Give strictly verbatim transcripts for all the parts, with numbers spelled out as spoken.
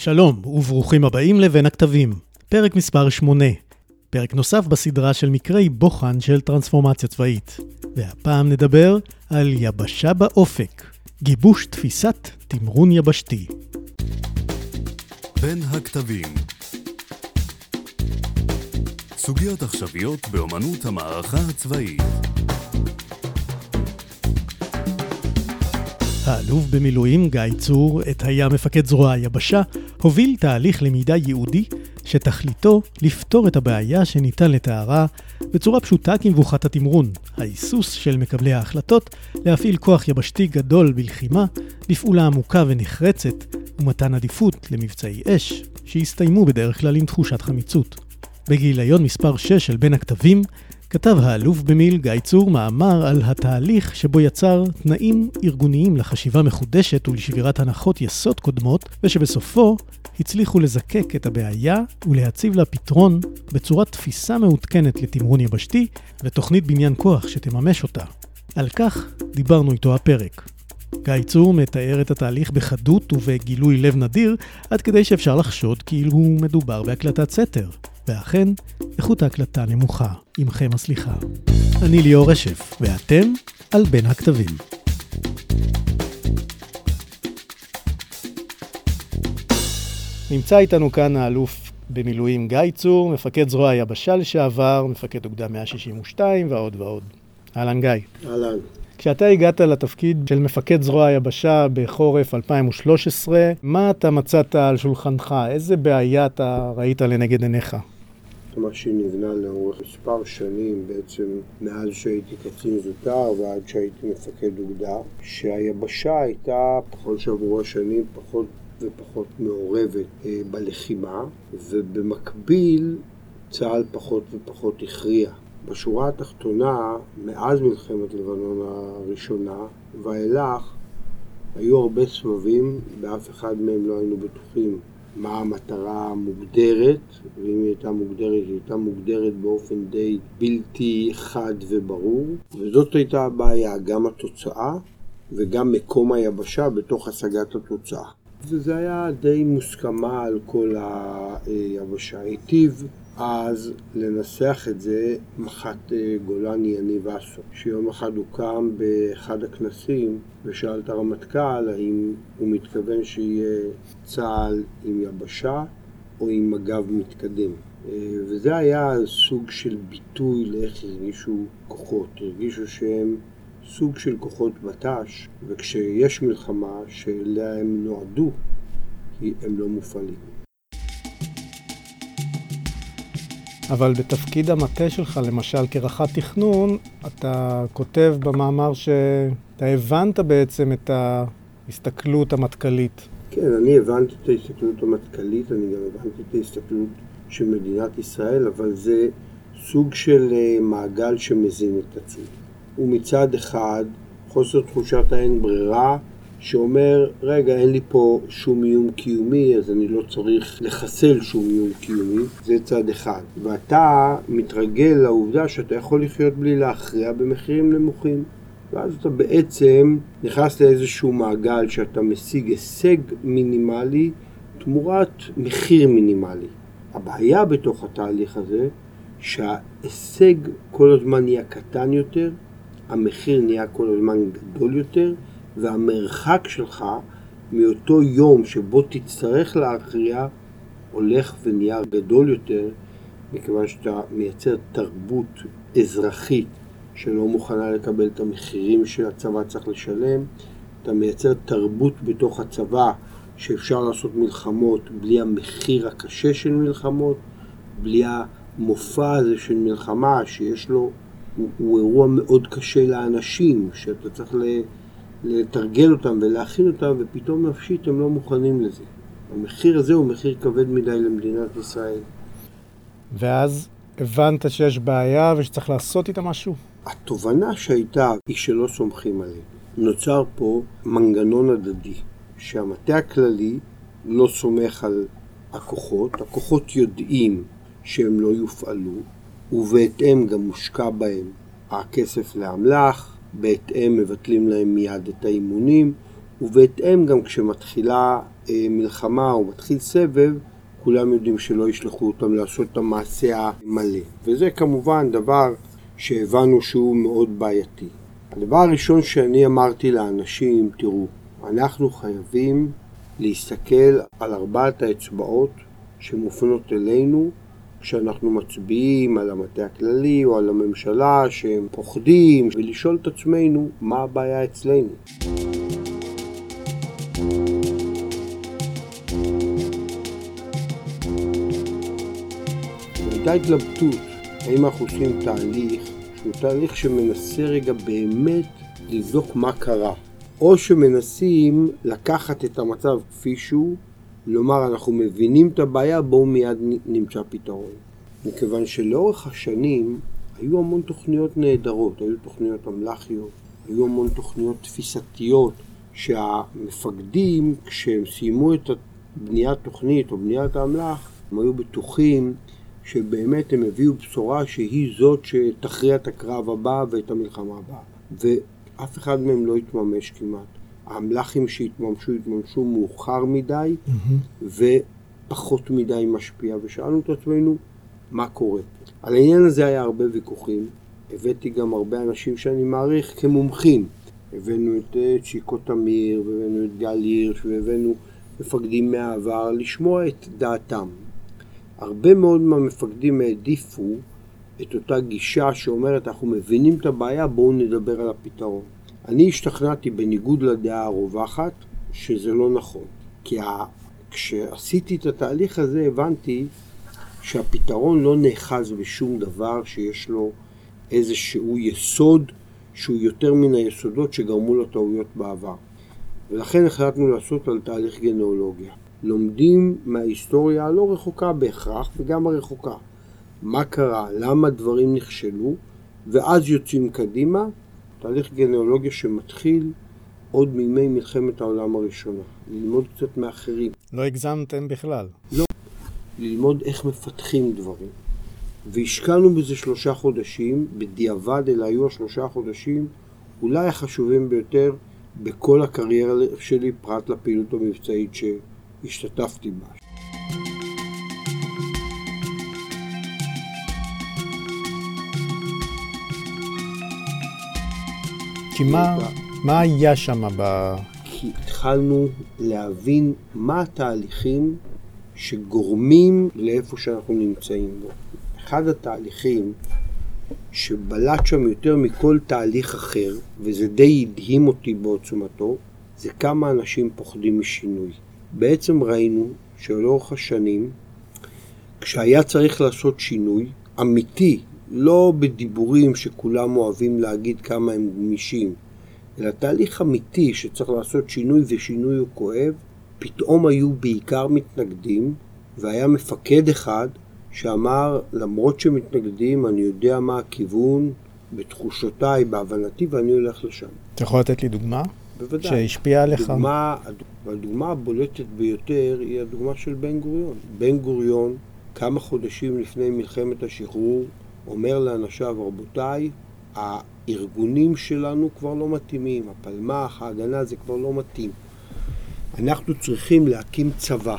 שלום וברוכים הבאים לבין הכתבים, פרק מספר שמונה, פרק נוסף בסדרה של מקרי בוחן של טרנספורמציה צבאית. והפעם נדבר על יבשה באופק, גיבוש תפיסת תמרון יבשתי. בין הכתבים, סוגיות עכשוויות באמנות המערכה הצבאית. האלוף במילואים גיא צור, עת היה מפקד זרוע היבשה, הוביל תהליך למידה ייעודי שתכליתו לפתור את הבעיה שניתן לתארה בצורה פשוטה כמבוכת התמרון, ההיסוס של מקבלי ההחלטות להפעיל כוח יבשתי גדול בלחימה, לפעולה עמוקה ונחרצת ומתן עדיפות למבצעי אש שהסתיימו בדרך כלל עם תחושת חמיצות. בגיליון מספר שש של בין הכתבים כתב האלוף במיל גיא צור מאמר על התהליך שבו יצר תנאים ארגוניים לחשיבה מחודשת ולשבירת הנחות יסוד קודמות, ושבסופו הצליחו לזקק את הבעיה ולהציב לה פתרון בצורת תפיסה מעודכנת לתמרון יבשתי ותוכנית בניין כוח שתממש אותה. על כך דיברנו איתו הפרק. גיא צור מתאר את התהליך בחדות ובגילוי לב נדיר, עד כדי שאפשר לחשוד כאילו מדובר בהקלטת סתר. ואכן, איכות ההקלטה נמוכה, עמכם הסליחה. אני ליאור רשף, ואתם על בין הכתבים. נמצא איתנו כאן האלוף במילואים גיא צור, מפקד זרוע היבשה לשעבר, מפקד אוגדה מאה שישים ושתיים ועוד ועוד. אהלן גיא. אהלן. כשאתה הגעת לתפקיד של מפקד זרוע היבשה בחורף אלפיים ושלוש עשרה, מה אתה מצאת על שולחנך? איזה בעיה אתה ראית לנגד עיניך? מה שנבנה לאורך מספר שנים, בעצם מאז שהייתי קצין זוטר ועד שהייתי מפקד אוגדה, שהיבשה הייתה פחות שעברו השנים פחות ופחות מעורבת אה, בלחימה, ובמקביל צה"ל פחות ופחות הכריע. בשורה התחתונה, מאז מלחמת לבנון הראשונה ואילך, היו הרבה סבבים, באף אחד מהם לא היינו בטוחים מה המטרה המוגדרת, ואם היא הייתה מוגדרת, היא הייתה מוגדרת באופן די בלתי חד וברור, וזאת הייתה הבעיה, גם התוצאה וגם מקום היבשה בתוך השגת התוצאה. וזה היה די מוסכמה על כל היבשה. היטיב אז לנסח את זה מח"ט גולני יניב אסו, שיום אחד הוא קם באחד הכנסים ושאל את הרמטכ"ל האם הוא מתכוון שיהיה צה"ל עם יבשה או עם מג"ב מתקדם. וזה היה סוג של ביטוי לאיך הרגישו כוחות, הרגישו שהם סוג של כוחות בט"ש, וכשיש מלחמה שאליה הם נועדו, הם לא מופעלים. אבל בתפקיד המטה שלך, למשל כרח"ט תכנון, אתה כותב במאמר שאתה הבנת בעצם את ההסתכלות המטכ"לית. כן, אני הבנתי את ההסתכלות המטכ"לית, אני גם הבנתי את ההסתכלות של מדינת ישראל, אבל זה סוג של מעגל שמזין את עצמי. ומצד אחד, חוסר תחושת האין ברירה, שאומר, רגע, אין לי פה שום איום קיומי, אז אני לא צריך לחסל שום איום קיומי. זה צד אחד. ואתה מתרגל לעובדה שאתה יכול לחיות בלי להכריע במחירים נמוכים. ואז אתה בעצם נכנס לאיזשהו מעגל שאתה משיג הישג מינימלי תמורת מחיר מינימלי. הבעיה בתוך התהליך הזה, שההישג כל הזמן נהיה קטן יותר, המחיר נהיה כל הזמן גדול יותר, והמרחק שלך מאותו יום שבו תצטרך להכריע הולך ונהיה גדול יותר, מכיוון שאתה מייצר תרבות אזרחית שלא מוכנה לקבל את המחירים שהצבא צריך לשלם. אתה מייצר תרבות בתוך הצבא שאפשר לעשות מלחמות בלי המחיר הקשה של מלחמות, בלי המופע הזה של מלחמה שיש לו, הוא, הוא אירוע מאוד קשה לאנשים שאתה צריך ל... לתרגל אותם ולהכין אותם, ופתאום נפשית הם לא מוכנים לזה. המחיר הזה הוא מחיר כבד מדי למדינת ישראל. ואז הבנת שיש בעיה ושצריך לעשות איתה משהו? התובנה שהייתה היא שלא סומכים עליהם. נוצר פה מנגנון הדדי, שהמטה הכללי לא סומך על הכוחות, הכוחות יודעים שהם לא יופעלו, ובהתאם גם מושקע בהם הכסף להמלח, בהתאם מבטלים להם מיד את האימונים, ובהתאם גם כשמתחילה מלחמה או מתחיל סבב, כולם יודעים שלא ישלחו אותם לעשות את המעשה המלא. וזה כמובן דבר שהבנו שהוא מאוד בעייתי. הדבר הראשון שאני אמרתי לאנשים, תראו, אנחנו חייבים להסתכל על ארבעת האצבעות שמופנות אלינו כשאנחנו מצביעים על המטה הכללי או על הממשלה שהם פוחדים, ולשאול את עצמנו מה הבעיה אצלנו. הייתה התלבטות האם אנחנו עושים תהליך שהוא תהליך שמנסה רגע באמת לבדוק מה קרה, או שמנסים לקחת את המצב כפי שהוא, לומר אנחנו מבינים את הבעיה, בואו מיד נמצא פתרון. מכיוון שלאורך השנים היו המון תוכניות נהדרות, היו תוכניות אמל"חיות, היו המון תוכניות תפיסתיות, שהמפקדים כשהם סיימו את בניית תוכנית או בניית האמל"ח, הם היו בטוחים שבאמת הם הביאו בשורה שהיא זאת שתכריע את הקרב הבא ואת המלחמה הבאה. ואף אחד מהם לא התממש כמעט. האמל"חים שהתממשו, התממשו מאוחר מדי, mm-hmm. ופחות מדי משפיע. ושאלנו את עצמנו, מה קורה? על העניין הזה היה הרבה ויכוחים. הבאתי גם הרבה אנשים שאני מעריך כמומחים. הבאנו את צ'יקו תמיר, והבאנו את גל הירש, והבאנו מפקדים מהעבר, לשמוע את דעתם. הרבה מאוד מהמפקדים העדיפו את אותה גישה שאומרת, אנחנו מבינים את הבעיה, בואו נדבר על הפתרון. אני השתכנעתי בניגוד לדעה הרווחת שזה לא נכון. כי כשעשיתי את התהליך הזה הבנתי שהפתרון לא נאחז בשום דבר שיש לו איזשהו יסוד שהוא יותר מן היסודות שגרמו לו טעויות בעבר. ולכן החלטנו לעשות על תהליך גנאולוגיה. לומדים מההיסטוריה הלא רחוקה בהכרח וגם הרחוקה. מה קרה, למה דברים נכשלו, ואז יוצאים קדימה. תהליך גנאולוגיה שמתחיל עוד מימי מלחמת העולם הראשונה. ללמוד קצת מאחרים. לא הגזמתם בכלל. לא. ללמוד איך מפתחים דברים. והשקענו בזה שלושה חודשים, בדיעבד אלה היו השלושה חודשים, אולי החשובים ביותר בכל הקריירה שלי, פרט לפעילות המבצעית שהשתתפתי בה. כי מה, מה היה שם ב... כי התחלנו להבין מה התהליכים שגורמים לאיפה שאנחנו נמצאים בו. אחד התהליכים שבלט שם יותר מכל תהליך אחר, וזה די הדהים אותי בעוצמתו, זה כמה אנשים פוחדים משינוי. בעצם ראינו שלאורך השנים, כשהיה צריך לעשות שינוי אמיתי, לא בדיבורים שכולם אוהבים להגיד כמה הם גמישים, אלא תהליך אמיתי שצריך לעשות שינוי ושינוי הוא כואב, פתאום היו בעיקר מתנגדים, והיה מפקד אחד שאמר, למרות שמתנגדים, אני יודע מה הכיוון, בתחושותיי, בהבנתי, ואני הולך לשם. אתה יכול לתת לי דוגמה? בוודאי. שהשפיעה עליך? הדוגמה, הדוגמה הבולטת ביותר היא הדוגמה של בן גוריון. בן גוריון, כמה חודשים לפני מלחמת השחרור, אומר לאנשיו, רבותיי, הארגונים שלנו כבר לא מתאימים, הפלמ"ח, ההגנה, זה כבר לא מתאים. אנחנו צריכים להקים צבא.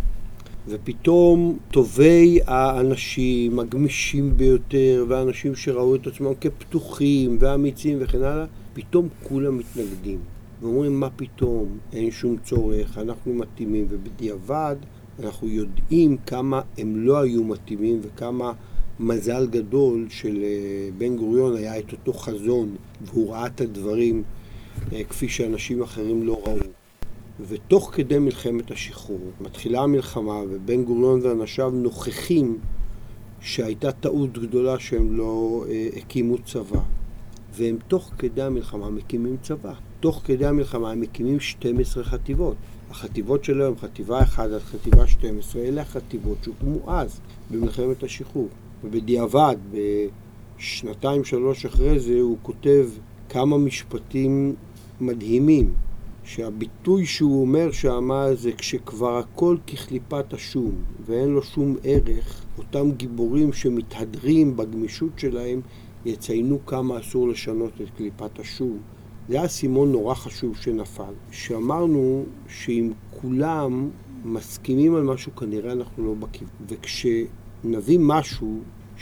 ופתאום טובי האנשים, הגמישים ביותר, והאנשים שראו את עצמם כפתוחים ואמיצים וכן הלאה, פתאום כולם מתנגדים. ואומרים, מה פתאום? אין שום צורך, אנחנו מתאימים, ובדיעבד אנחנו יודעים כמה הם לא היו מתאימים, וכמה מזל גדול של בן גוריון היה את אותו חזון, והוא ראה את הדברים כפי שאנשים אחרים לא ראו. ותוך כדי מלחמת השחרור, מתחילה המלחמה, ובן גוריון ואנשיו נוכחים שהייתה טעות גדולה שהם לא אה, הקימו צבא. והם תוך כדי המלחמה מקימים צבא. תוך כדי המלחמה הם מקימים שתים עשרה חטיבות. החטיבות שלו הם חטיבה אחת עד חטיבה שתים עשרה, אלה החטיבות שהוקמו אז במלחמת השחרור. ובדיעבד, בשנתיים שלוש אחרי זה, הוא כותב כמה משפטים מדהימים. שהביטוי שהוא אומר שמה זה כשכבר הכל ככליפת השום ואין לו שום ערך, אותם גיבורים שמתהדרים בגמישות שלהם יציינו כמה אסור לשנות את קליפת השום זה היה סימון נורא חשוב שנפל, שאמרנו שאם כולם מסכימים על משהו, כנראה אנחנו לא בכיוון. וכשנביא משהו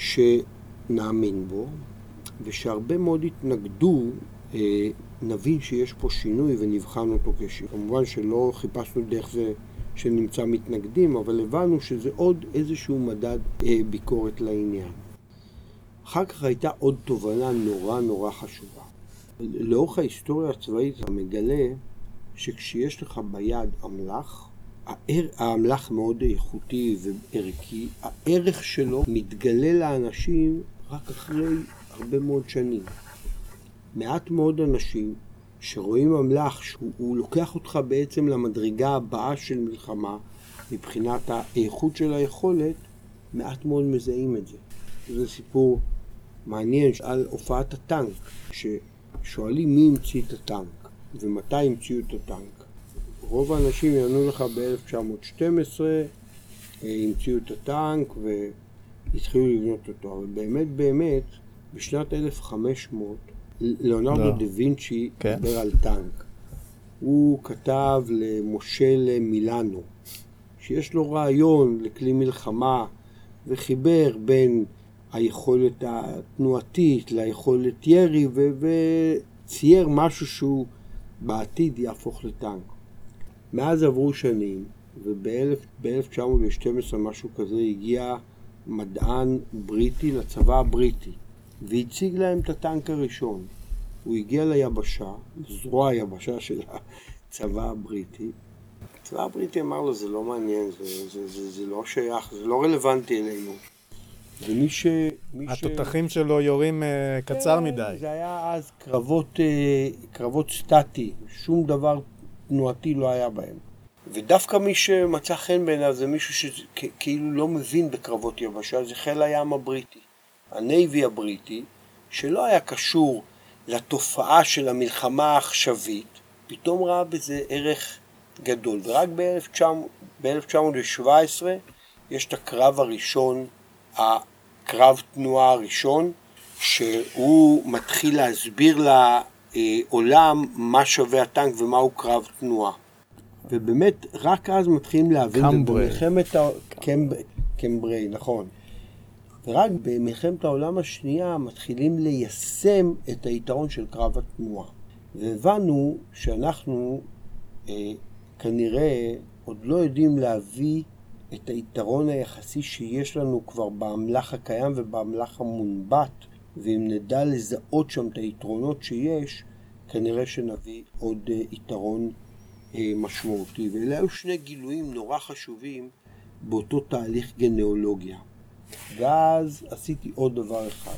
שנאמין בו, ושהרבה מאוד התנגדו, נבין שיש פה שינוי ונבחן אותו כשינוי. כמובן שלא חיפשנו דרך זה שנמצא מתנגדים, אבל הבנו שזה עוד איזשהו מדד ביקורת לעניין. אחר כך הייתה עוד תובנה נורא נורא חשובה. לאורך ההיסטוריה הצבאית אתה מגלה שכשיש לך ביד אמל"ח, האמל"ח מאוד איכותי וערכי, הערך שלו מתגלה לאנשים רק אחרי הרבה מאוד שנים. מעט מאוד אנשים שרואים אמל"ח שהוא לוקח אותך בעצם למדרגה הבאה של מלחמה מבחינת האיכות של היכולת, מעט מאוד מזהים את זה. זה סיפור מעניין על הופעת הטנק, ששואלים מי המציא את הטנק ומתי המציאו את הטנק. רוב האנשים יענו לך ב-אלף תשע מאות שתים עשרה, המציאו את הטנק והתחילו לבנות אותו. אבל באמת באמת, בשנת אלף וחמש מאות, ליאונרדו דה וינצ'י דיבר על טנק. הוא כתב למושל מילאנו, שיש לו רעיון לכלי מלחמה, וחיבר בין היכולת התנועתית ליכולת ירי, וצייר משהו שהוא בעתיד יהפוך לטנק. מאז עברו שנים, וב-אלף תשע מאות ושתים עשרה משהו כזה הגיע מדען בריטי לצבא הבריטי, והציג להם את הטנק הראשון. הוא הגיע ליבשה, זרוע היבשה של הצבא הבריטי. הצבא הבריטי אמר לו, זה לא מעניין, זה, זה, זה, זה לא שייך, זה לא רלוונטי אלינו. ומי ש... התותחים ש... שלו יורים uh, קצר מדי. זה היה אז קרבות, uh, קרבות סטטי, שום דבר תנועתי לא היה בהם. ודווקא מי שמצא חן בעיניו זה מישהו שכאילו לא מבין בקרבות יבשה, זה חיל הים הבריטי. הנייבי הבריטי, שלא היה קשור לתופעה של המלחמה העכשווית, פתאום ראה בזה ערך גדול. ורק ב-אלף תשע מאות שבע עשרה יש את הקרב הראשון, הקרב תנועה הראשון, שהוא מתחיל להסביר לעולם מה שווה הטנק ומהו קרב תנועה. ובאמת רק אז מתחילים להבין במלחמת קמבריי, נכון. ורק במלחמת העולם השנייה מתחילים ליישם את היתרון של קרב התנועה. והבנו שאנחנו אה, כנראה עוד לא יודעים להביא את היתרון היחסי שיש לנו כבר באמל"ח הקיים ובאמל"ח המונבט, ואם נדע לזהות שם את היתרונות שיש, כנראה שנביא עוד אה, יתרון אה, משמעותי. ואלה היו שני גילויים נורא חשובים באותו תהליך גנאולוגיה. ואז עשיתי עוד דבר אחד.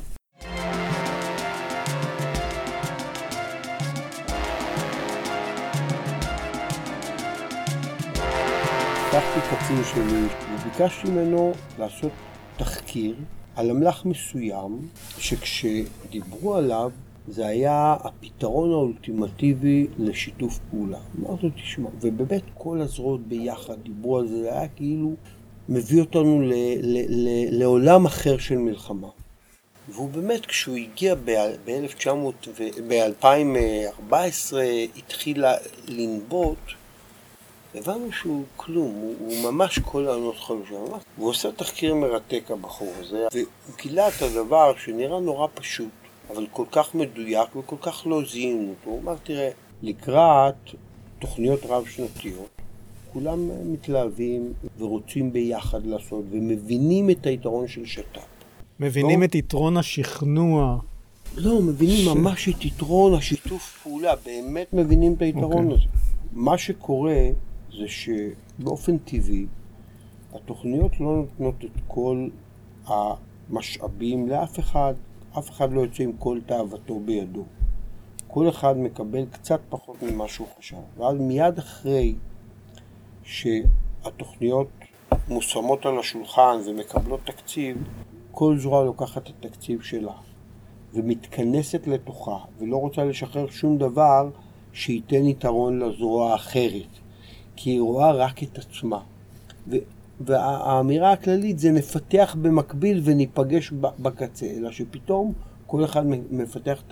לקחתי קצין שלי וביקשתי ממנו לעשות תחקיר על אמל"ח מסוים שכשדיברו עליו זה היה הפתרון האולטימטיבי לשיתוף פעולה. אמרתי, תשמע, ובאמת כל הזרועות ביחד דיברו על זה, זה היה כאילו מביא אותנו ל- ל- ל- לעולם אחר של מלחמה. והוא באמת, כשהוא הגיע ב-אלף תשע מאות ב-אלפיים וארבע עשרה התחיל לנבוט, הבנו שהוא כלום, הוא, הוא ממש כל העונות חלושה. והוא עושה תחקיר מרתק הבחור הזה, והוא גילה את הדבר שנראה נורא פשוט, אבל כל כך מדויק וכל כך לא זיהינו אותו. הוא אמר, תראה, לקראת תוכניות רב שנתיות, כולם מתלהבים ורוצים ביחד לעשות, ומבינים את היתרון של שת"פ. מבינים לא? את יתרון השכנוע. לא, מבינים ש... ממש את יתרון השיתוף פעולה, באמת מבינים את היתרון okay. הזה. מה שקורה זה שבאופן טבעי, התוכניות לא נותנות את כל המשאבים לאף אחד, אף אחד לא יוצא עם כל תאוותו בידו. כל אחד מקבל קצת פחות ממה שהוא חשב. ואז מיד אחרי שהתוכניות מושמות על השולחן ומקבלות תקציב, כל זרוע לוקחת את התקציב שלה ומתכנסת לתוכה ולא רוצה לשחרר שום דבר שייתן יתרון לזרוע האחרת, כי היא רואה רק את עצמה. ו- והאמירה הכללית זה נפתח במקביל וניפגש בקצה, אלא שפתאום כל אחד מפתח את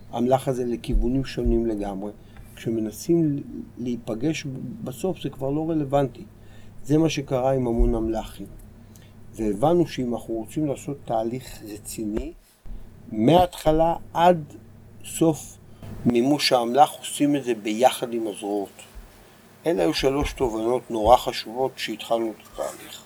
המלאך הזה לכיוונים שונים לגמרי. כשמנסים להיפגש בסוף זה כבר לא רלוונטי. זה מה שקרה עם המון המלאכים. והבנו שאם אנחנו רוצים לעשות תהליך רציני, מההתחלה עד סוף מימוש האמל"ח עושים את זה ביחד עם הזרועות. אלה היו שלוש תובנות נורא חשובות שהתחלנו את התהליך.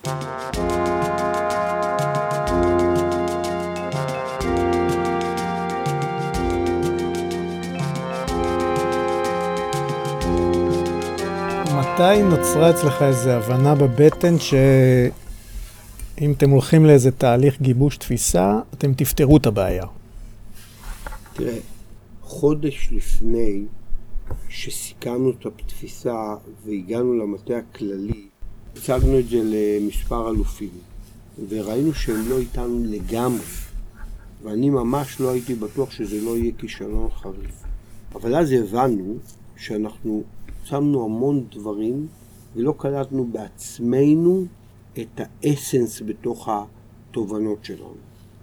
מתי נוצרה אצלך איזו הבנה בבטן שאם אתם הולכים לאיזה תהליך גיבוש תפיסה, אתם תפתרו את הבעיה? תראה, חודש לפני שסיכמנו את התפיסה והגענו למטה הכללי, הצגנו את זה למספר אלופים, וראינו שהם לא איתנו לגמרי, ואני ממש לא הייתי בטוח שזה לא יהיה כישלון חריף. אבל אז הבנו שאנחנו שמנו המון דברים ולא קלטנו בעצמנו את האסנס בתוך התובנות שלנו.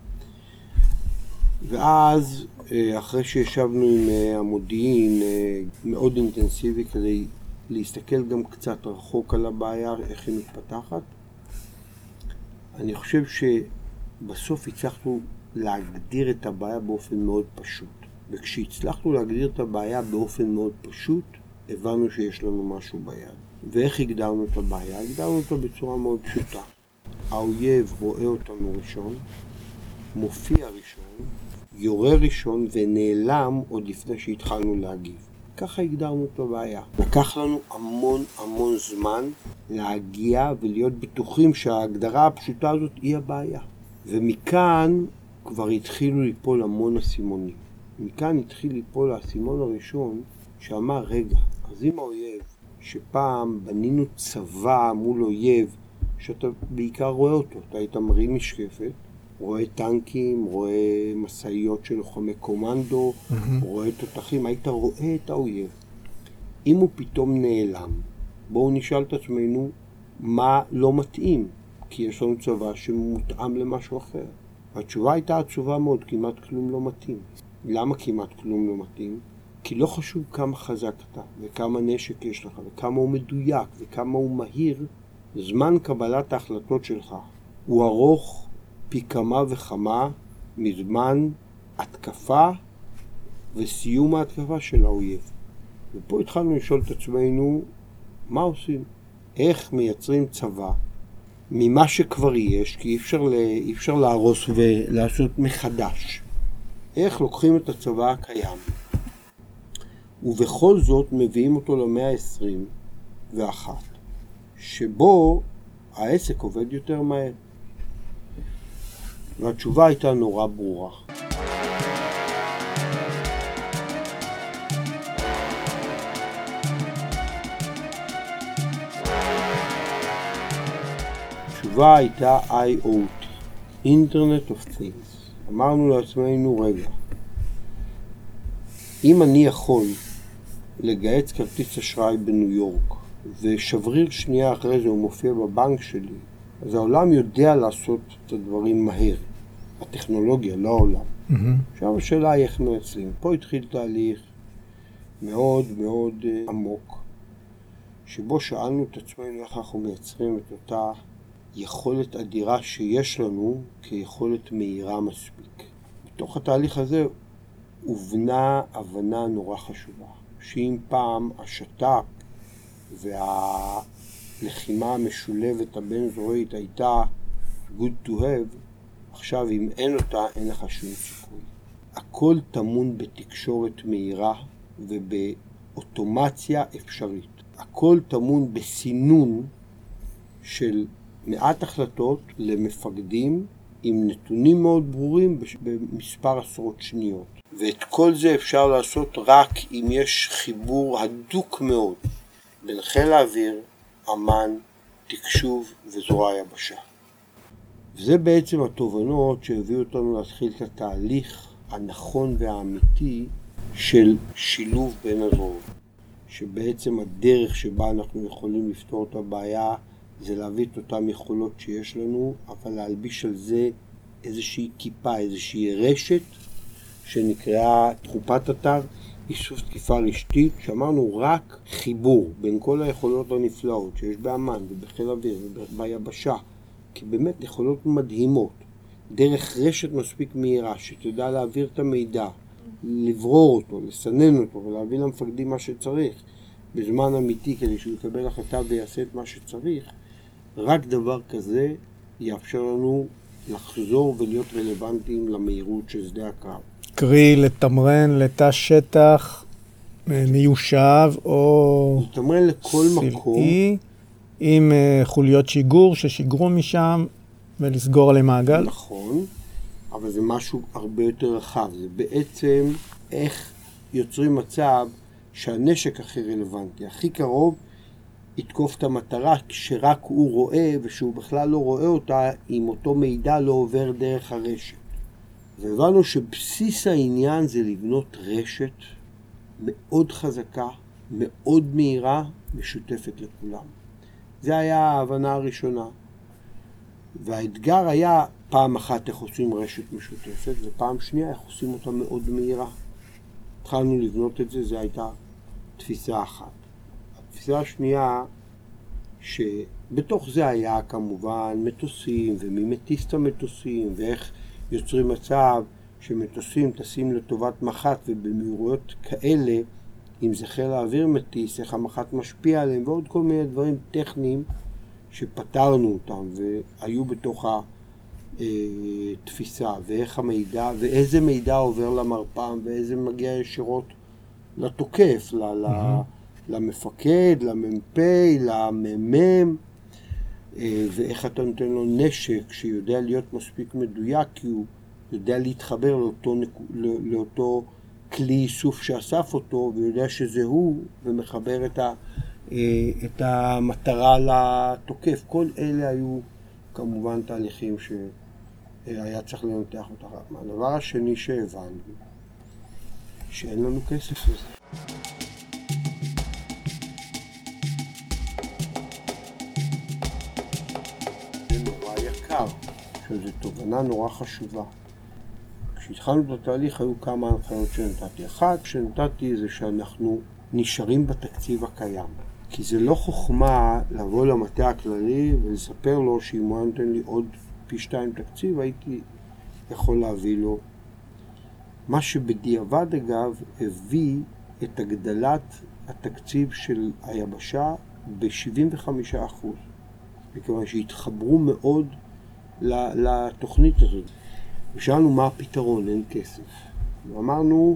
ואז אחרי שישבנו עם המודיעין מאוד אינטנסיבי כדי להסתכל גם קצת רחוק על הבעיה, איך היא מתפתחת, אני חושב שבסוף הצלחנו להגדיר את הבעיה באופן מאוד פשוט. וכשהצלחנו להגדיר את הבעיה באופן מאוד פשוט, הבנו שיש לנו משהו ביד. ואיך הגדרנו את הבעיה? הגדרנו אותה בצורה מאוד פשוטה. האויב רואה אותנו ראשון, מופיע ראשון, יורה ראשון ונעלם עוד לפני שהתחלנו להגיב. ככה הגדרנו את הבעיה. לקח לנו המון המון זמן להגיע ולהיות בטוחים שההגדרה הפשוטה הזאת היא הבעיה. ומכאן כבר התחילו ליפול המון אסימונים. מכאן התחיל ליפול האסימון הראשון שאמר, רגע, אז אם האויב, שפעם בנינו צבא מול אויב, שאתה בעיקר רואה אותו, אתה היית מרים משקפת, רואה טנקים, רואה מסעיות של לוחמי קומנדו, mm-hmm. רואה תותחים, היית רואה את האויב. אם הוא פתאום נעלם, בואו נשאל את עצמנו מה לא מתאים, כי יש לנו צבא שמותאם למשהו אחר. התשובה הייתה התשובה מאוד, כמעט כלום לא מתאים. למה כמעט כלום לא מתאים? כי לא חשוב כמה חזק אתה, וכמה נשק יש לך, וכמה הוא מדויק, וכמה הוא מהיר, זמן קבלת ההחלטות שלך הוא ארוך פי כמה וכמה מזמן התקפה וסיום ההתקפה של האויב. ופה התחלנו לשאול את עצמנו, מה עושים? איך מייצרים צבא ממה שכבר יש, כי אי אפשר, ל... אי אפשר להרוס ולעשות מחדש. איך לוקחים את הצבא הקיים, ובכל זאת מביאים אותו למאה ה-עשרים ואחת, שבו העסק עובד יותר מהר. והתשובה הייתה נורא ברורה. התשובה הייתה איי או טי, Internet of Things. אמרנו לעצמנו, רגע, אם אני יכול לגייס כרטיס אשראי בניו יורק, ושבריר שנייה אחרי זה הוא מופיע בבנק שלי, אז העולם יודע לעשות את הדברים מהר. הטכנולוגיה, לא העולם. Mm-hmm. עכשיו השאלה היא איך מייצרים. פה התחיל תהליך מאוד מאוד uh, עמוק, שבו שאלנו את עצמנו איך אנחנו מייצרים את אותה יכולת אדירה שיש לנו כיכולת מהירה מספיק. בתוך התהליך הזה הובנה הבנה נורא חשובה, שאם פעם השת"פ והלחימה המשולבת הבין-זרועית הייתה good to have, עכשיו אם אין אותה אין לך שום סיכוי. הכל טמון בתקשורת מהירה ובאוטומציה אפשרית. הכל טמון בסינון של מעט החלטות למפקדים עם נתונים מאוד ברורים במספר עשרות שניות. ואת כל זה אפשר לעשות רק אם יש חיבור הדוק מאוד בין חיל האוויר, אמ"ן, תקשוב וזרוע היבשה. וזה בעצם התובנות שהביאו אותנו להתחיל את התהליך הנכון והאמיתי של שילוב בין הזרועות. שבעצם הדרך שבה אנחנו יכולים לפתור את הבעיה זה להביא את אותם יכולות שיש לנו, אבל להלביש על זה איזושהי כיפה, איזושהי רשת שנקראה תחופת אתר, איסוף תקיפה רשתית, שאמרנו רק חיבור בין כל היכולות הנפלאות שיש באמן ובחיל אוויר וביבשה, כי באמת יכולות מדהימות, דרך רשת מספיק מהירה שתדע להעביר את המידע, לברור אותו, לסנן אותו ולהביא למפקדים מה שצריך בזמן אמיתי כדי שהוא יקבל החלטה ויעשה את מה שצריך, רק דבר כזה יאפשר לנו לחזור ולהיות רלוונטיים למהירות של שדה הקרב. קרי לתמרן לתא שטח מיושב או לתמרן לכל מקום סלעי עם חוליות שיגור ששיגרו משם ולסגור עליהם מעגל. נכון, אבל זה משהו הרבה יותר רחב. זה בעצם איך יוצרים מצב שהנשק הכי רלוונטי, הכי קרוב, יתקוף את המטרה שרק הוא רואה ושהוא בכלל לא רואה אותה אם אותו מידע לא עובר דרך הרשת. והבנו שבסיס העניין זה לבנות רשת מאוד חזקה, מאוד מהירה, משותפת לכולם. זה היה ההבנה הראשונה. והאתגר היה פעם אחת איך עושים רשת משותפת, ופעם שנייה איך עושים אותה מאוד מהירה. התחלנו לבנות את זה, זו הייתה תפיסה אחת. התפיסה השנייה, שבתוך זה היה כמובן מטוסים, ומי מטיס את המטוסים, ואיך יוצרים מצב שמטוסים טסים לטובת מח"ט, ובמהירויות כאלה, אם זה חיל האוויר מטיס, איך המח"ט משפיע עליהם, ועוד כל מיני דברים טכניים שפתרנו אותם, והיו בתוך התפיסה, ואיך המידע, ואיזה מידע עובר למרפ"ם, ואיזה מגיע ישירות לתוקף, ל- ל- למפקד, למ"פ, למ"מ, ואיך אתה נותן לו נשק שיודע להיות מספיק מדויק, כי הוא יודע להתחבר לאותו, לאותו כלי איסוף שאסף אותו, ויודע שזה הוא, ומחבר את, ה, את המטרה לתוקף. כל אלה היו כמובן תהליכים שהיה צריך לנתח אותה. הדבר השני שהבנו, שאין לנו כסף לזה. שזו תובנה נורא חשובה. כשהתחלנו את התהליך היו כמה הנחיות שנתתי. אחת שנתתי זה שאנחנו נשארים בתקציב הקיים. כי זה לא חוכמה לבוא למטה הכללי ולספר לו שאם הוא נותן לי עוד פי שתיים תקציב, הייתי יכול להביא לו. מה שבדיעבד אגב הביא את הגדלת התקציב של היבשה ב-שבעים וחמישה אחוז. מכיוון שהתחברו מאוד לתוכנית הזאת. ושאלנו מה הפתרון, אין כסף. ואמרנו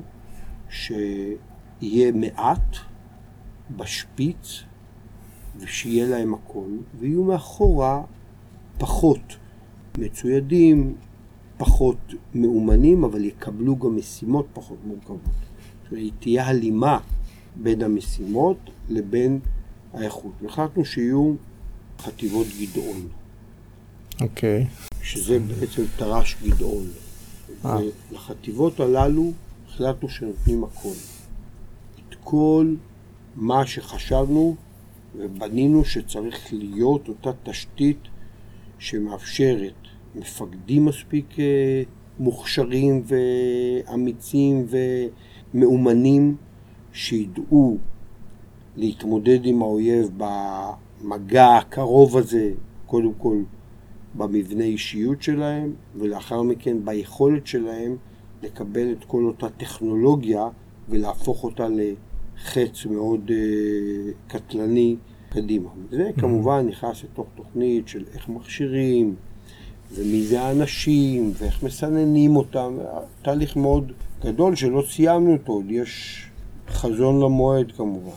שיהיה מעט בשפיץ ושיהיה להם הכל, ויהיו מאחורה פחות מצוידים, פחות מאומנים, אבל יקבלו גם משימות פחות מורכבות. זאת אומרת, תהיה הלימה בין המשימות לבין האיכות. והחלטנו שיהיו חטיבות גדעון. אוקיי. שזה בעצם תר"ש גדעון. ולחטיבות הללו החלטנו שנותנים הכל. את כל מה שחשבנו ובנינו שצריך להיות אותה תשתית שמאפשרת מפקדים מספיק מוכשרים ואמיצים ומאומנים שידעו להתמודד עם האויב במגע הקרוב הזה, קודם כל במבנה אישיות שלהם, ולאחר מכן ביכולת שלהם לקבל את כל אותה טכנולוגיה ולהפוך אותה לחץ מאוד uh, קטלני קדימה. זה כמובן נכנס לתוך תוכנית של איך מכשירים, ומי זה האנשים, ואיך מסננים אותם. תהליך מאוד גדול שלא סיימנו אותו, יש חזון למועד כמובן.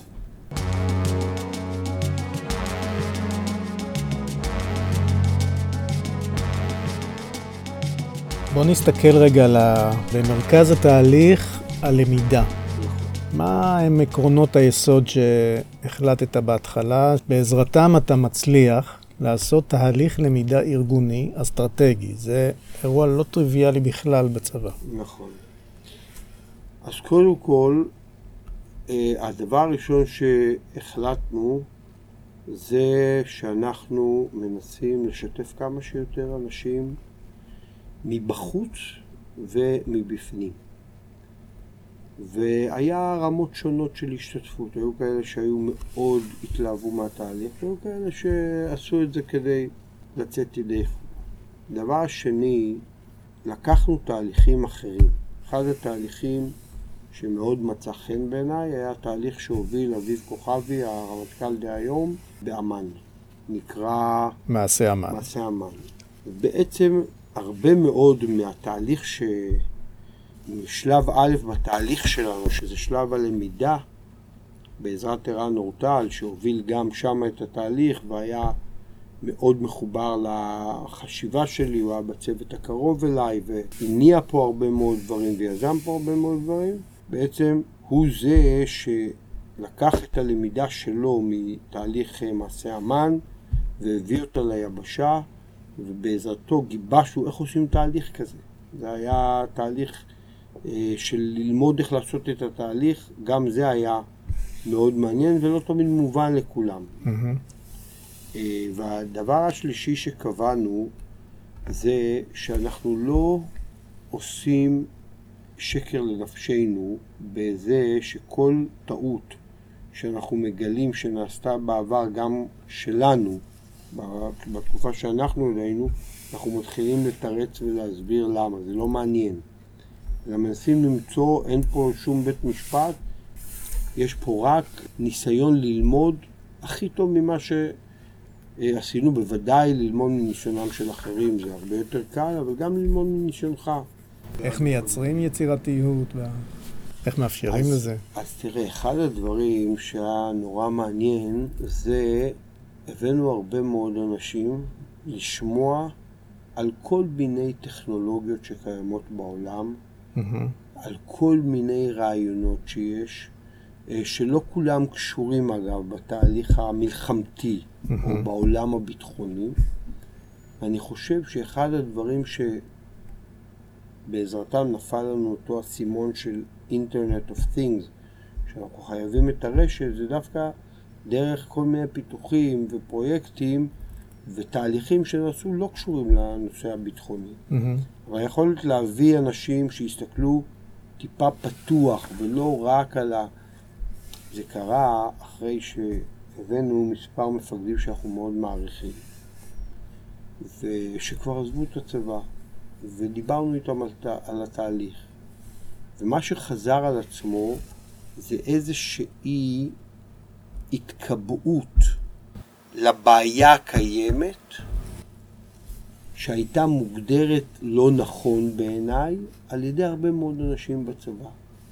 בוא נסתכל רגע במרכז התהליך, הלמידה. מה הם עקרונות היסוד שהחלטת בהתחלה? בעזרתם אתה מצליח לעשות תהליך למידה ארגוני, אסטרטגי. זה אירוע לא טריוויאלי בכלל בצבא. נכון. אז קודם כל, הדבר הראשון שהחלטנו זה שאנחנו מנסים לשתף כמה שיותר אנשים מבחוץ ומבפנים. והיה רמות שונות של השתתפות. היו כאלה שהיו מאוד התלהבו מהתהליך, והיו כאלה שעשו את זה כדי לצאת ידי חובה. דבר שני, לקחנו תהליכים אחרים. אחד התהליכים שמאוד מצא חן בעיניי היה תהליך שהוביל אביב כוכבי, הרמטכ"ל דהיום, באמן. נקרא מעשה אמן. מעשה אמן. בעצם הרבה מאוד מהתהליך ש... משלב א' בתהליך שלנו, שזה שלב הלמידה, בעזרת ערן אורטל, שהוביל גם שם את התהליך והיה מאוד מחובר לחשיבה שלי, הוא היה בצוות הקרוב אליי והניע פה הרבה מאוד דברים ויזם פה הרבה מאוד דברים. בעצם הוא זה שלקח את הלמידה שלו מתהליך מעשה אמן והביא אותה ליבשה, ובעזרתו גיבשנו איך עושים תהליך כזה. זה היה תהליך של ללמוד איך לעשות את התהליך, גם זה היה מאוד מעניין ולא תמיד מובן לכולם. Mm-hmm. והדבר השלישי שקבענו זה שאנחנו לא עושים שקר לנפשנו בזה שכל טעות שאנחנו מגלים שנעשתה בעבר גם שלנו, בתקופה שאנחנו עלינו, אנחנו מתחילים לתרץ ולהסביר למה, זה לא מעניין. אלא מנסים למצוא, אין פה שום בית משפט, יש פה רק ניסיון ללמוד הכי טוב ממה שעשינו, בוודאי ללמוד מניסיונם של אחרים, זה הרבה יותר קל, אבל גם ללמוד מניסיונך. איך מייצרים יצירתיות? איך מאפשרים אז, לזה? אז תראה, אחד הדברים שהיה נורא מעניין, זה הבאנו הרבה מאוד אנשים לשמוע על כל מיני טכנולוגיות שקיימות בעולם, mm-hmm. על כל מיני רעיונות שיש, שלא כולם קשורים אגב בתהליך המלחמתי mm-hmm. או בעולם הביטחוני. אני חושב שאחד הדברים שבעזרתם נפל לנו אותו הסימון של Internet of Things, שאנחנו חייבים את הרשת, זה דווקא דרך כל מיני פיתוחים ופרויקטים ותהליכים שנעשו לא קשורים לנושא הביטחוני. Mm-hmm. אבל יכולת להביא אנשים שיסתכלו טיפה פתוח ולא רק על ה... זה קרה אחרי שהבאנו מספר מפקדים שאנחנו מאוד מעריכים ושכבר עזבו את הצבא ודיברנו איתם על, תה... על התהליך. ומה שחזר על עצמו זה איזושהי התקבעות לבעיה הקיימת שהייתה מוגדרת לא נכון בעיניי על ידי הרבה מאוד אנשים בצבא.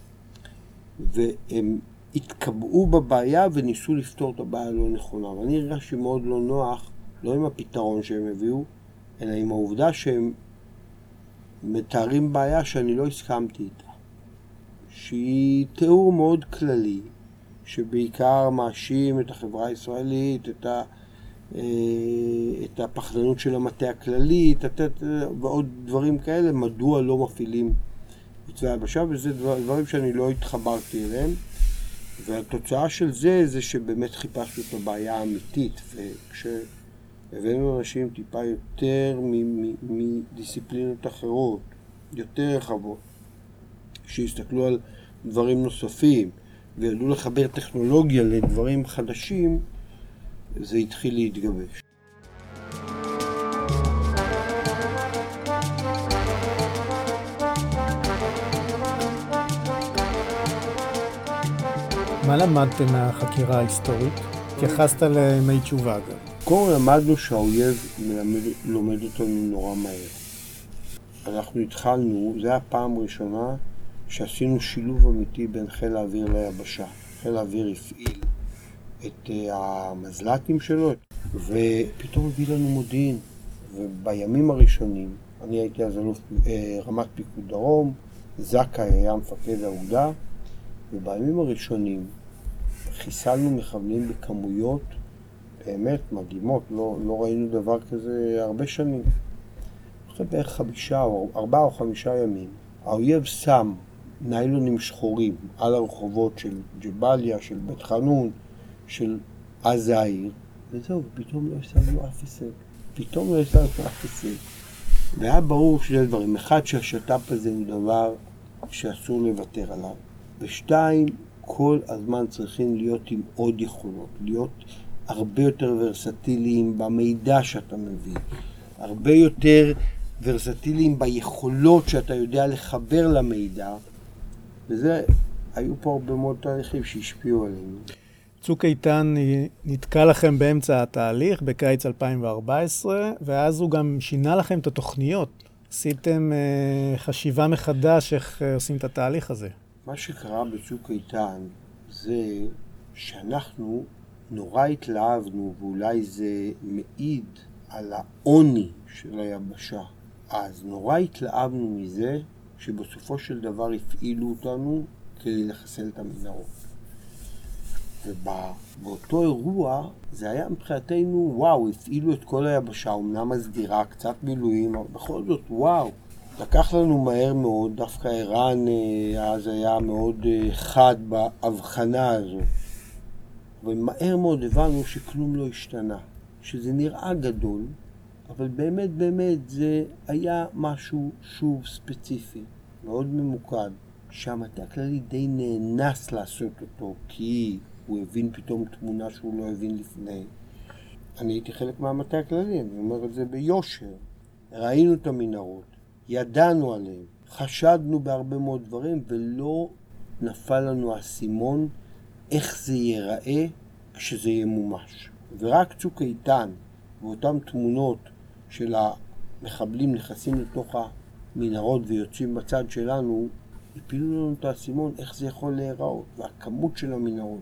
והם התקבעו בבעיה וניסו לפתור את הבעיה לא נכונה. ואני הרגשתי מאוד לא נוח, לא עם הפתרון שהם הביאו, אלא עם העובדה שהם מתארים בעיה שאני לא הסכמתי איתה. שהיא תיאור מאוד כללי, שבעיקר מאשים את החברה הישראלית, את, ה, את הפחדנות של המטה הכללי, את, ועוד דברים כאלה, מדוע לא מפעילים את צבא היבשה, וזה דבר, דברים שאני לא התחברתי אליהם. והתוצאה של זה, זה שבאמת חיפשנו את הבעיה האמיתית, וכשהבאנו אנשים טיפה יותר מדיסציפלינות אחרות, יותר רחבות, שהסתכלו על דברים נוספים, וידעו לחבר טכנולוגיה לדברים חדשים, זה התחיל להתגבש. מה למדתם מהחקירה ההיסטורית? התייחסת לימי תשובה אגב. קודם למדנו שהאויב מלמד, לומד אותנו נורא מהר. אנחנו התחלנו, זו הייתה הפעם ראשונה שעשינו שילוב אמיתי בין חיל האוויר ליבשה. חיל האוויר הפעיל את המזל"טים שלו, ופתאום הביא לנו מודיעין. ובימים הראשונים, אני הייתי אז אלוף רמת פיקוד דרום, זק"א היה מפקד האוגדה, ובימים הראשונים חיסלנו מחבלים בכמויות באמת מדהימות, לא, לא ראינו דבר כזה הרבה שנים. אחרי בערך חמישה או ארבעה או חמישה ימים, האויב שם ניילונים שחורים על הרחובות של ג'באליה, של בית חנון, של עזה העיר, וזהו, פתאום לא השגנו אף הישג. פתאום לא השגנו אף הישג. והיה ברור שני דברים. אחד, שהשת"פ הזה הוא דבר שאסור לוותר עליו. ושתיים, כל הזמן צריכים להיות עם עוד יכולות, להיות הרבה יותר ורסטיליים במידע שאתה מביא, הרבה יותר ורסטיליים ביכולות שאתה יודע לחבר למידע, וזה, היו פה הרבה מאוד תהליכים שהשפיעו עלינו. צוק איתן נתקע לכם באמצע התהליך בקיץ אלפיים וארבע עשרה, ואז הוא גם שינה לכם את התוכניות. עשיתם אה, חשיבה מחדש איך אה, עושים את התהליך הזה. מה שקרה בצוק איתן זה שאנחנו נורא התלהבנו, ואולי זה מעיד על העוני של היבשה. אז נורא התלהבנו מזה שבסופו של דבר הפעילו אותנו כדי לחסל את המנהרות. ובאותו אירוע זה היה מבחינתנו וואו, הפעילו את כל היבשה, אמנם הסדירה, קצת מילואים, אבל בכל זאת וואו. לקח לנו מהר מאוד, דווקא ערן אז היה מאוד חד בהבחנה הזו. ומהר מאוד הבנו שכלום לא השתנה, שזה נראה גדול, אבל באמת באמת זה היה משהו שוב ספציפי, מאוד ממוקד, שהמטה הכללי די נאנס לעשות אותו, כי הוא הבין פתאום תמונה שהוא לא הבין לפני. אני הייתי חלק מהמטה הכללי, אני אומר את זה ביושר. ראינו את המנהרות, ידענו עליהם, חשדנו בהרבה מאוד דברים, ולא נפל לנו הסימון איך זה ייראה כשזה יהיה מומש. ורק צוק איתן ואותן תמונות של המחבלים נכנסים לתוך המנהרות ויוצאים בצד שלנו, הפילו לנו את הסימון איך זה יכול להיראות, והכמות של המנהרות.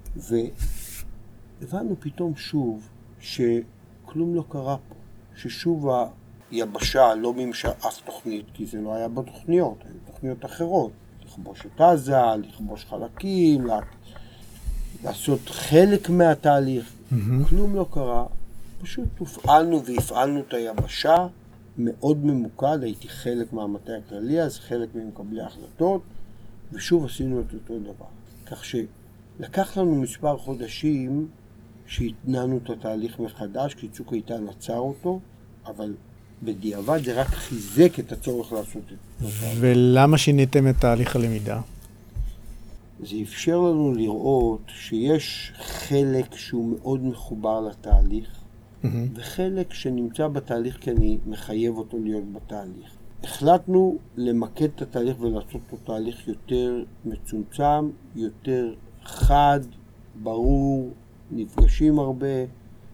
והבנו פתאום שוב שכלום לא קרה פה, ששוב היבשה לא מימשה אף תוכנית, כי זה לא היה בתוכניות, היו תוכניות אחרות. לכבוש את עזה, לכבוש חלקים, לעשות חלק מהתהליך. Mm-hmm. כלום לא קרה, פשוט הופעלנו והפעלנו את היבשה מאוד ממוקד, הייתי חלק מהמטה הכללי, אז חלק ממקבלי ההחלטות, ושוב עשינו את אותו דבר. כך שלקח לנו מספר חודשים שהתנענו את התהליך מחדש, כי צוק איתן עצר אותו, אבל בדיעבד זה רק חיזק את הצורך לעשות את זה. ולמה שיניתם את תהליך הלמידה? זה אפשר לנו לראות שיש חלק שהוא מאוד מחובר לתהליך, mm-hmm. וחלק שנמצא בתהליך כי אני מחייב אותו להיות בתהליך. החלטנו למקד את התהליך ולעשות אותו תהליך יותר מצומצם, יותר חד, ברור, נפגשים הרבה, אה,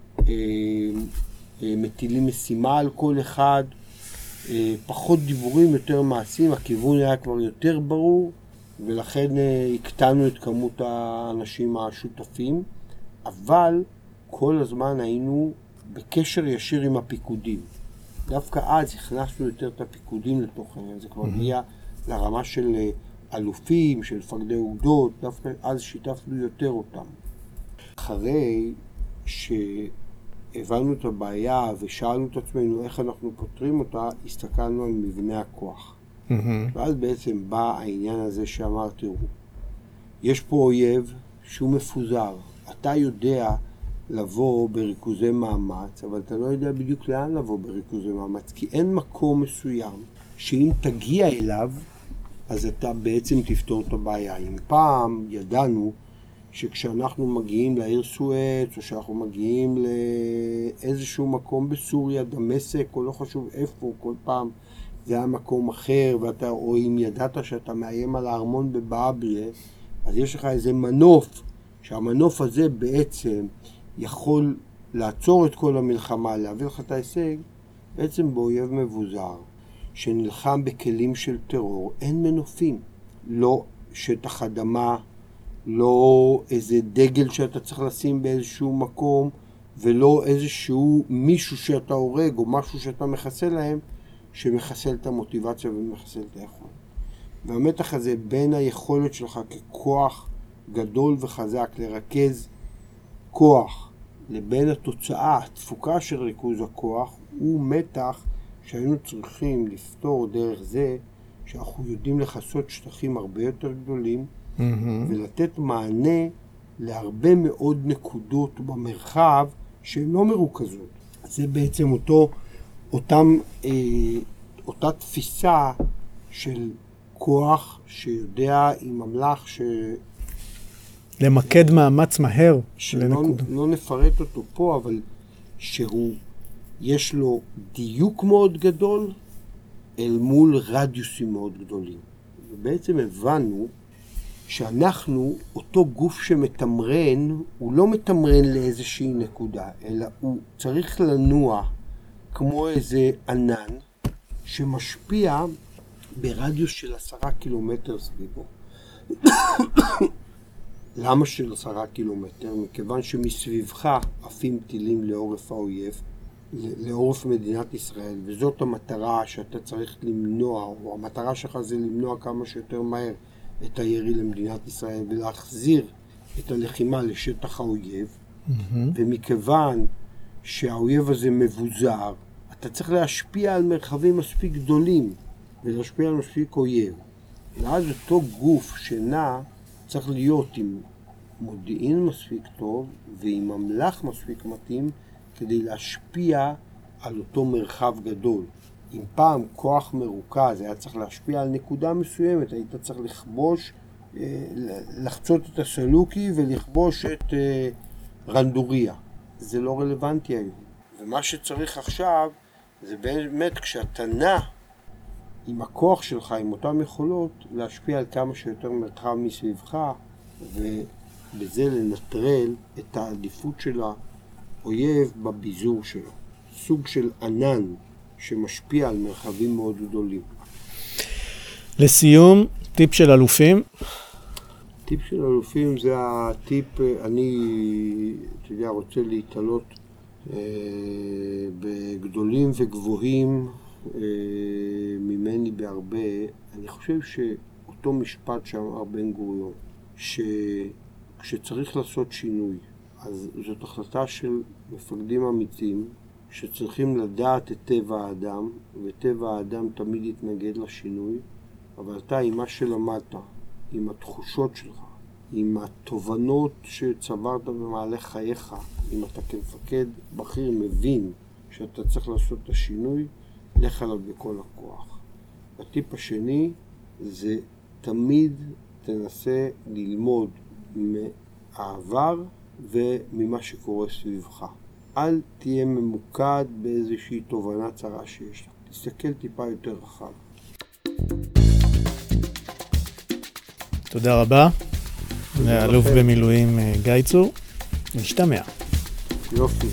אה, מטילים משימה על כל אחד, אה, פחות דיבורים, יותר מעשים, הכיוון היה כבר יותר ברור, ולכן הקטנו את כמות האנשים השותפים, אבל כל הזמן היינו בקשר ישיר עם הפיקודים. דווקא אז הכנסנו יותר את הפיקודים לתוך העניין, זה כבר הגיע mm-hmm. לרמה של אלופים, של מפקדי אוגדות, דווקא אז שיתפנו יותר אותם. אחרי שהבנו את הבעיה ושאלנו את עצמנו איך אנחנו פותרים אותה, הסתכלנו על מבנה הכוח. Mm-hmm. ואז בעצם בא העניין הזה שאמרתי, יש פה אויב שהוא מפוזר, אתה יודע לבוא בריכוזי מאמץ, אבל אתה לא יודע בדיוק לאן לבוא בריכוזי מאמץ, כי אין מקום מסוים שאם תגיע אליו, אז אתה בעצם תפתור את הבעיה. אם פעם ידענו שכשאנחנו מגיעים לעיר סואץ, או שאנחנו מגיעים לאיזשהו מקום בסוריה, דמשק, או לא חשוב איפה, כל פעם זה היה מקום אחר, ואתה, או אם ידעת שאתה מאיים על הארמון בבאביה, אז יש לך איזה מנוף, שהמנוף הזה בעצם יכול לעצור את כל המלחמה, להביא לך את ההישג, בעצם באויב מבוזר, שנלחם בכלים של טרור, אין מנופים. לא שטח אדמה, לא איזה דגל שאתה צריך לשים באיזשהו מקום, ולא איזשהו מישהו שאתה הורג, או משהו שאתה מחסל להם, שמחסל את המוטיבציה ומחסל את היכולת. והמתח הזה בין היכולת שלך ככוח גדול וחזק לרכז כוח, לבין התוצאה, התפוקה של ריכוז הכוח, הוא מתח שהיינו צריכים לפתור דרך זה שאנחנו יודעים לחסות שטחים הרבה יותר גדולים, mm-hmm. ולתת מענה להרבה מאוד נקודות במרחב שהן לא מרוכזות. זה בעצם אותו, אותם, אה, אותה תפיסה של כוח שיודע עם ממלך ש... למקד מאמץ מהר. שלא לא נפרט אותו פה, אבל שהוא, יש לו דיוק מאוד גדול אל מול רדיוסים מאוד גדולים. ובעצם הבנו שאנחנו, אותו גוף שמתמרן, הוא לא מתמרן לאיזושהי נקודה, אלא הוא צריך לנוע כמו איזה ענן שמשפיע ברדיוס של עשרה קילומטר סביבו. למה של עשרה קילומטר? מכיוון שמסביבך עפים טילים לעורף האויב, לעורף מדינת ישראל, וזאת המטרה שאתה צריך למנוע, או המטרה שלך זה למנוע כמה שיותר מהר את הירי למדינת ישראל ולהחזיר את הלחימה לשטח האויב. Mm-hmm. ומכיוון שהאויב הזה מבוזר, אתה צריך להשפיע על מרחבים מספיק גדולים ולהשפיע על מספיק אויב. ואז אותו גוף שנע צריך להיות עם מודיעין מספיק טוב ועם ממלך מספיק מתאים כדי להשפיע על אותו מרחב גדול. אם פעם כוח מרוכז היה צריך להשפיע על נקודה מסוימת, היית צריך לכבוש, לחצות את הסלוקי ולכבוש את רנדוריה. זה לא רלוונטי היום. ומה שצריך עכשיו זה באמת כשאתה נע עם הכוח שלך, עם אותם יכולות, להשפיע על כמה שיותר מרחב מסביבך, ובזה לנטרל את העדיפות של האויב בביזור שלו. סוג של ענן שמשפיע על מרחבים מאוד גדולים. לסיום, טיפ של אלופים. טיפ של אלופים זה הטיפ, אני, אתה יודע, רוצה להתעלות אה, בגדולים וגבוהים אה, ממני בהרבה. אני חושב שאותו משפט שאמר בן גוריון, שכשצריך לעשות שינוי, אז זאת החלטה של מפקדים אמיתיים, שצריכים לדעת את טבע האדם, וטבע האדם תמיד יתנגד לשינוי, אבל אתה עם מה שלמדת, עם התחושות שלך, עם התובנות שצברת במהלך חייך, אם אתה כמפקד בכיר מבין שאתה צריך לעשות את השינוי, לך עליו בכל הכוח. הטיפ השני זה תמיד תנסה ללמוד מהעבר וממה שקורה סביבך. אל תהיה ממוקד באיזושהי תובנה צרה שיש לך. תסתכל טיפה יותר רחב. תודה רבה. לאלוף במילואים גיא צור. נשתמע. יופי.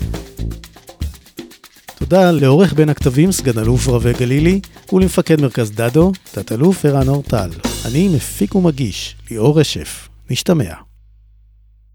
תודה לעורך בין הכתבים סגן אלוף רבי גלילי ולמפקד מרכז דדו, תת אלוף ערן אורטל. אני מפיק ומגיש ליאור רשף. נשתמע.